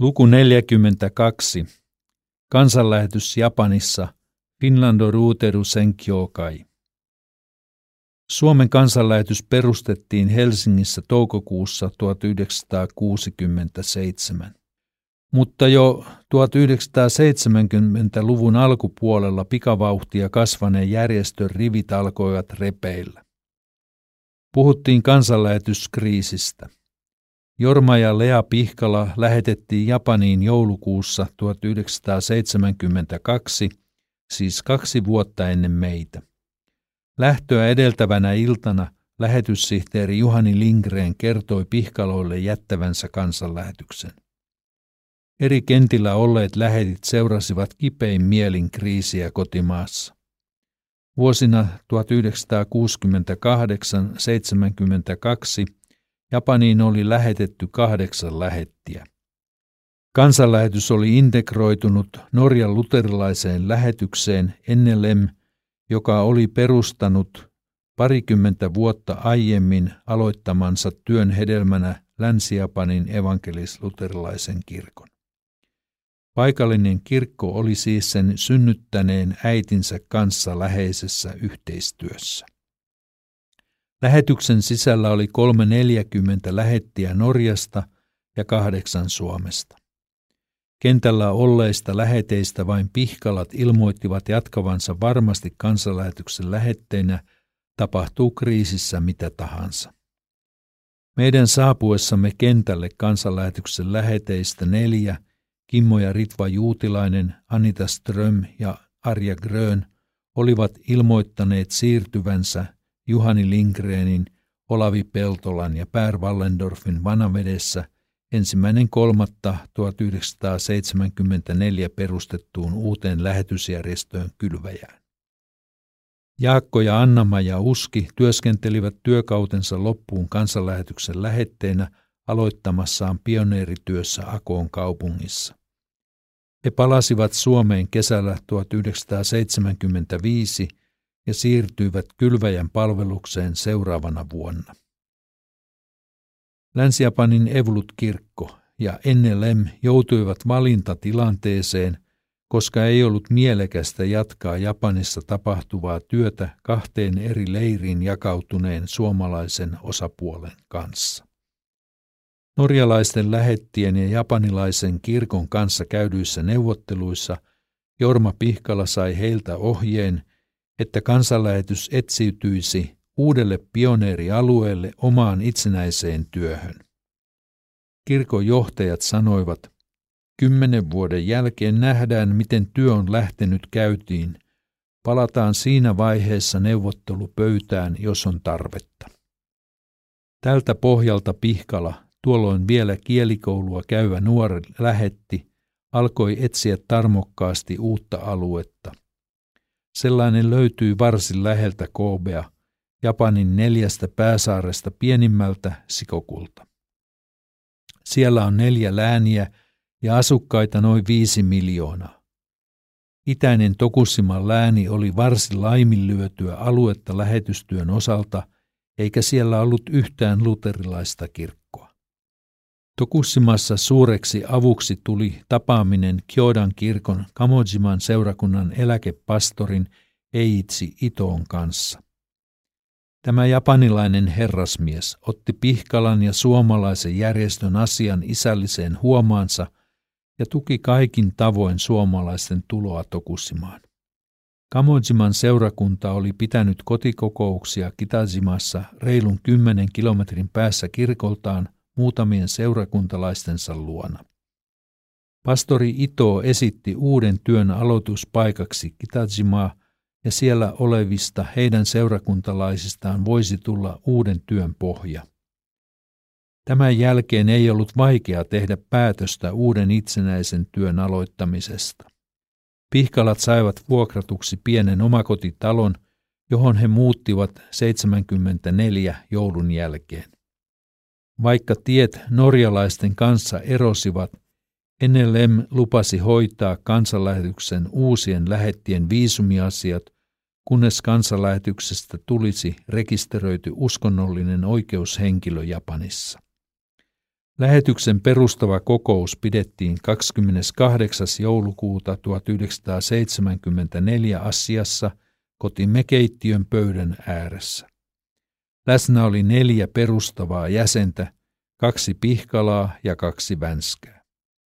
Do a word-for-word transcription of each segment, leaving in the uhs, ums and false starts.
Luku neljäkymmentäkaksi. Kansanlähetys Japanissa. Finlando Ruuteru Senkyokai. Suomen kansanlähetys perustettiin Helsingissä toukokuussa tuhatyhdeksänsataakuusikymmentäseitsemän. Mutta jo tuhatyhdeksänsataaseitsemänkymmentäluvun alkupuolella pikavauhtia kasvaneen järjestön rivit alkoivat repeillä. Puhuttiin kansanlähetyskriisistä. Jorma ja Lea Pihkala lähetettiin Japaniin joulukuussa tuhatyhdeksänsataaseitsemänkymmentäkaksi, siis kaksi vuotta ennen meitä. Lähtöä edeltävänä iltana lähetyssihteeri Juhani Lindgren kertoi Pihkaloille jättävänsä kansanlähetyksen. Eri kentillä olleet lähetit seurasivat kipein mielin kriisiä kotimaassa. Vuosina tuhatyhdeksänsataakuusikymmentäkahdeksan seitsemänkymmentäkaksi Japaniin oli lähetetty kahdeksan lähettiä. Kansanlähetys oli integroitunut Norjan luterilaiseen lähetykseen N L M, joka oli perustanut parikymmentä vuotta aiemmin aloittamansa työn hedelmänä Länsi-Japanin evankelis-luterilaisen kirkon. Paikallinen kirkko oli siis sen synnyttäneen äitinsä kanssa läheisessä yhteistyössä. Lähetyksen sisällä oli kolme neljäkymmentä lähettiä Norjasta ja kahdeksan Suomesta. Kentällä olleista läheteistä vain Pihkalat ilmoittivat jatkavansa varmasti kansanlähetyksen lähetteinä, tapahtuu kriisissä mitä tahansa. Meidän saapuessamme kentälle kansanlähetyksen läheteistä neljä, Kimmo ja Ritva Juutilainen, Anita Ström ja Arja Grön, olivat ilmoittaneet siirtyvänsä Juhani Lindgrenin, Olavi Peltolan ja Pär Wallendorfin vanavedessä ensimmäinen kolmatta tuhatyhdeksänsataaseitsemänkymmentäneljä perustettuun uuteen lähetysjärjestöön Kylväjään. Jaakko ja Anna-Maja Uski työskentelivät työkautensa loppuun kansanlähetyksen lähetteinä aloittamassaan pioneerityössä Akon kaupungissa. He palasivat Suomeen kesällä tuhatyhdeksänsataaseitsemänkymmentäviisi ja siirtyivät Kylväjän palvelukseen seuraavana vuonna. Länsi-Japanin Evolut-kirkko ja N L M joutuivat valintatilanteeseen, koska ei ollut mielekästä jatkaa Japanissa tapahtuvaa työtä kahteen eri leiriin jakautuneen suomalaisen osapuolen kanssa. Norjalaisten lähettien ja japanilaisen kirkon kanssa käydyissä neuvotteluissa Jorma Pihkala sai heiltä ohjeen, että kansanlähetys etsiytyisi uudelle pioneerialueelle omaan itsenäiseen työhön. Kirkon johtajat sanoivat, kymmenen vuoden jälkeen nähdään, miten työ on lähtenyt käyntiin. Palataan siinä vaiheessa neuvottelupöytään, jos on tarvetta. Tältä pohjalta Pihkala, tuolloin vielä kielikoulua käyvä nuori lähetti, alkoi etsiä tarmokkaasti uutta aluetta. Sellainen löytyi varsin läheltä Kobea, Japanin neljästä pääsaaresta pienimmältä Sikokulta. Siellä on neljä lääniä ja asukkaita noin viisi miljoonaa. Itäinen Tokushiman lääni oli varsin laiminlyötyä aluetta lähetystyön osalta, eikä siellä ollut yhtään luterilaista kirkkoa. Tokushimassa suureksi avuksi tuli tapaaminen Kyodan kirkon Kamojiman seurakunnan eläkepastorin Eiichi Itoon kanssa. Tämä japanilainen herrasmies otti Pihkalan ja suomalaisen järjestön asian isälliseen huomaansa ja tuki kaikin tavoin suomalaisten tuloa Tokushimaan. Kamojiman seurakunta oli pitänyt kotikokouksia Kitajimassa reilun kymmenen kilometrin päässä kirkoltaan muutamien seurakuntalaistensa luona. Pastori Ito esitti uuden työn aloituspaikaksi Kitajimaa, ja siellä olevista heidän seurakuntalaisistaan voisi tulla uuden työn pohja. Tämän jälkeen ei ollut vaikea tehdä päätöstä uuden itsenäisen työn aloittamisesta. Pihkalat saivat vuokratuksi pienen omakotitalon, johon he muuttivat seitsemänkymmentäneljä joulun jälkeen. Vaikka tiet norjalaisten kanssa erosivat, N L M lupasi hoitaa kansanlähetyksen uusien lähettien viisumiasiat, kunnes kansanlähetyksestä tulisi rekisteröity uskonnollinen oikeushenkilö Japanissa. Lähetyksen perustava kokous pidettiin kahdeskymmeneskahdeksas joulukuuta tuhatyhdeksänsataaseitsemänkymmentäneljä Assiassa kotimme keittiön pöydän ääressä. Läsnä oli neljä perustavaa jäsentä, kaksi Pihkalaa ja kaksi Vänskää.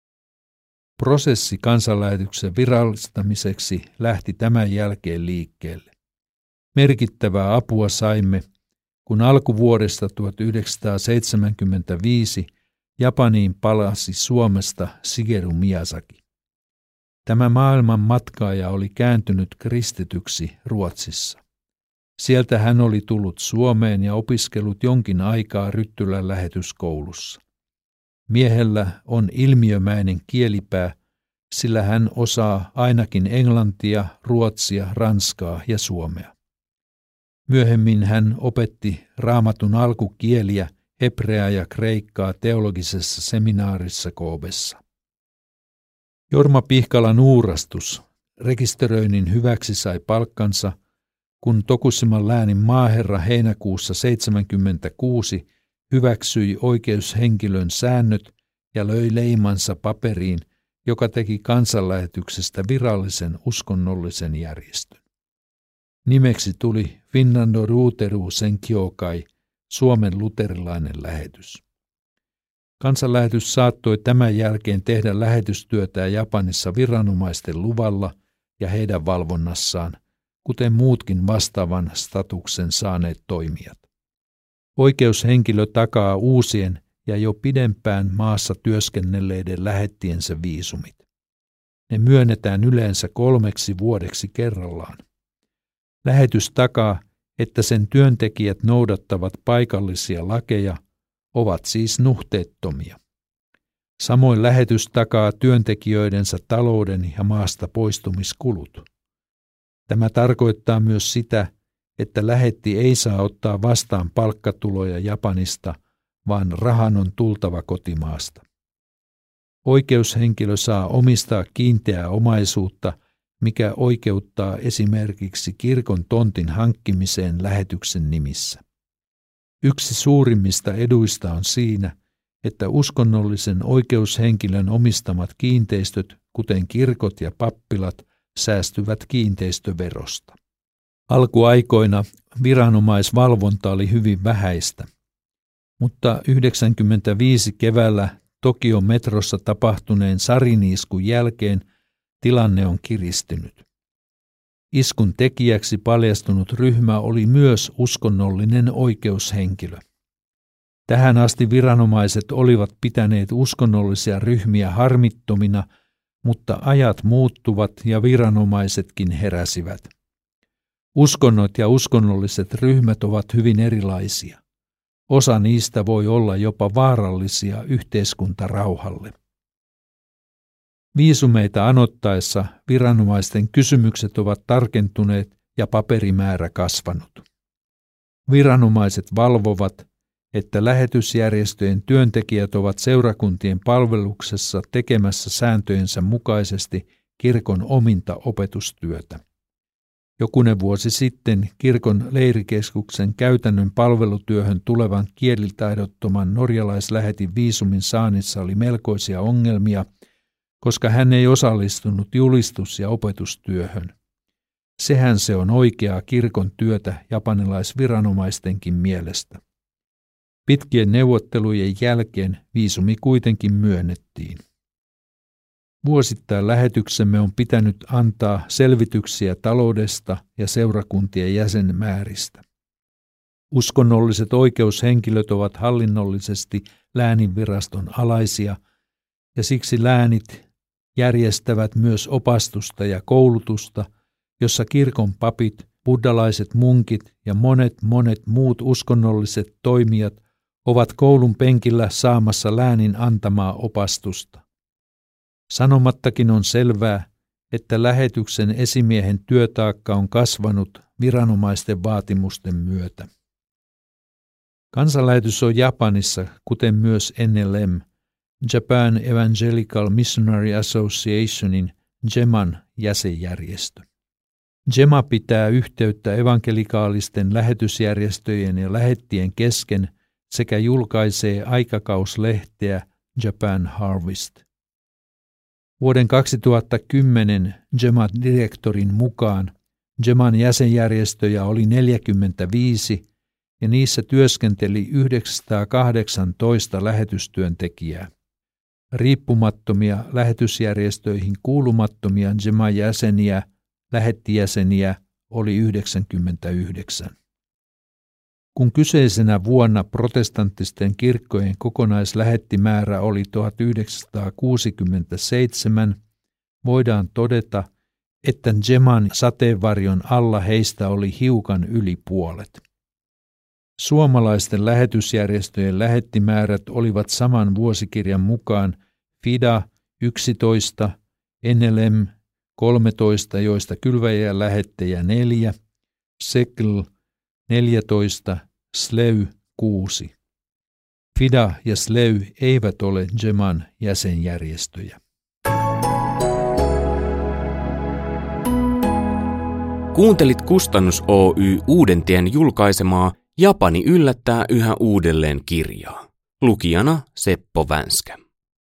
Prosessi kansanlähetyksen virallistamiseksi lähti tämän jälkeen liikkeelle. Merkittävää apua saimme, kun alkuvuodesta tuhatyhdeksänsataaseitsemänkymmentäviisi Japaniin palasi Suomesta Shigeru Miyazaki. Tämä maailman matkaaja oli kääntynyt kristityksi Ruotsissa. Sieltä hän oli tullut Suomeen ja opiskellut jonkin aikaa Ryttylän lähetyskoulussa. Miehellä on ilmiömäinen kielipää, sillä hän osaa ainakin englantia, ruotsia, ranskaa ja suomea. Myöhemmin hän opetti Raamatun alkukieliä, hebreaa ja kreikkaa teologisessa seminaarissa Koobessa. Jorma Pihkalan uurastus rekisteröinnin hyväksi sai palkkansa, kun Tokusiman läänin maaherra heinäkuussa seitsemänkymmentäkuusi hyväksyi oikeushenkilön säännöt ja löi leimansa paperiin, joka teki kansanlähetyksestä virallisen uskonnollisen järjestön. Nimeksi tuli Finlando Ruuteru Senkiokai, Suomen luterilainen lähetys. Kansanlähetys saattoi tämän jälkeen tehdä lähetystyötä Japanissa viranomaisten luvalla ja heidän valvonnassaan, kuten muutkin vastaavan statuksen saaneet toimijat. Oikeushenkilö takaa uusien ja jo pidempään maassa työskennelleiden lähettiensä viisumit. Ne myönnetään yleensä kolmeksi vuodeksi kerrallaan. Lähetys takaa, että sen työntekijät noudattavat paikallisia lakeja, ovat siis nuhteettomia. Samoin lähetys takaa työntekijöidensä talouden ja maasta poistumiskulut. Tämä tarkoittaa myös sitä, että lähetti ei saa ottaa vastaan palkkatuloja Japanista, vaan rahan on tultava kotimaasta. Oikeushenkilö saa omistaa kiinteää omaisuutta, mikä oikeuttaa esimerkiksi kirkon tontin hankkimiseen lähetyksen nimissä. Yksi suurimmista eduista on siinä, että uskonnollisen oikeushenkilön omistamat kiinteistöt, kuten kirkot ja pappilat, säästyvät kiinteistöverosta. Alkuaikoina viranomaisvalvonta oli hyvin vähäistä, mutta yhdeksänkymmentäviisi keväällä Tokion metrossa tapahtuneen sariniiskun jälkeen tilanne on kiristynyt. Iskun tekijäksi paljastunut ryhmä oli myös uskonnollinen oikeushenkilö. Tähän asti viranomaiset olivat pitäneet uskonnollisia ryhmiä harmittomina, mutta ajat muuttuvat ja viranomaisetkin heräsivät. Uskonnot ja uskonnolliset ryhmät ovat hyvin erilaisia. Osa niistä voi olla jopa vaarallisia yhteiskuntarauhalle. Viisumeita anottaessa viranomaisten kysymykset ovat tarkentuneet ja paperimäärä kasvanut. Viranomaiset valvovat, että lähetysjärjestöjen työntekijät ovat seurakuntien palveluksessa tekemässä sääntöjensä mukaisesti kirkon ominta opetustyötä. Jokunen vuosi sitten kirkon leirikeskuksen käytännön palvelutyöhön tulevan kielitaidottoman norjalaislähetin viisumin saannissa oli melkoisia ongelmia, koska hän ei osallistunut julistus- ja opetustyöhön. Sehän se on oikeaa kirkon työtä japanilaisviranomaistenkin mielestä. Pitkien neuvottelujen jälkeen viisumi kuitenkin myönnettiin. Vuosittain lähetyksemme on pitänyt antaa selvityksiä taloudesta ja seurakuntien jäsenmääristä. Uskonnolliset oikeushenkilöt ovat hallinnollisesti lääninviraston alaisia, ja siksi läänit järjestävät myös opastusta ja koulutusta, jossa kirkon papit, buddhalaiset munkit ja monet monet muut uskonnolliset toimijat ovat koulun penkillä saamassa läänin antamaa opastusta. Sanomattakin on selvää, että lähetyksen esimiehen työtaakka on kasvanut viranomaisten vaatimusten myötä. Kansanlähetys on Japanissa, kuten myös N L M, Japan Evangelical Missionary Associationin JEMAn jäsenjärjestö. JEMA pitää yhteyttä evankelikaalisten lähetysjärjestöjen ja lähettien kesken sekä julkaisee aikakauslehteä Japan Harvest. Vuoden kaksituhattakymmenen Gema-direktorin mukaan Geman jäsenjärjestöjä oli neljäkymmentäviisi ja niissä työskenteli yhdeksänsataakahdeksantoista lähetystyöntekijää. Riippumattomia lähetysjärjestöihin kuulumattomia Gema-jäseniä, lähettijäseniä oli yhdeksänkymmentäyhdeksän. Kun kyseisenä vuonna protestanttisten kirkkojen kokonaislähettimäärä oli tuhatyhdeksänsataakuusikymmentäseitsemän, voidaan todeta, että Geman sateenvarjon alla heistä oli hiukan yli puolet. Suomalaisten lähetysjärjestöjen lähettimäärät olivat saman vuosikirjan mukaan Fida yksitoista, N L M kolmetoista, joista kylväjä lähettejä neljä, Sekl neljätoista, Sleu kuusi. Fida ja Sleu eivät ole Geman jäsenjärjestöjä. Kuuntelit Kustannus Oy Uudentien julkaisemaa Japani yllättää yhä uudelleen kirjaa. Lukijana Seppo Vänskä.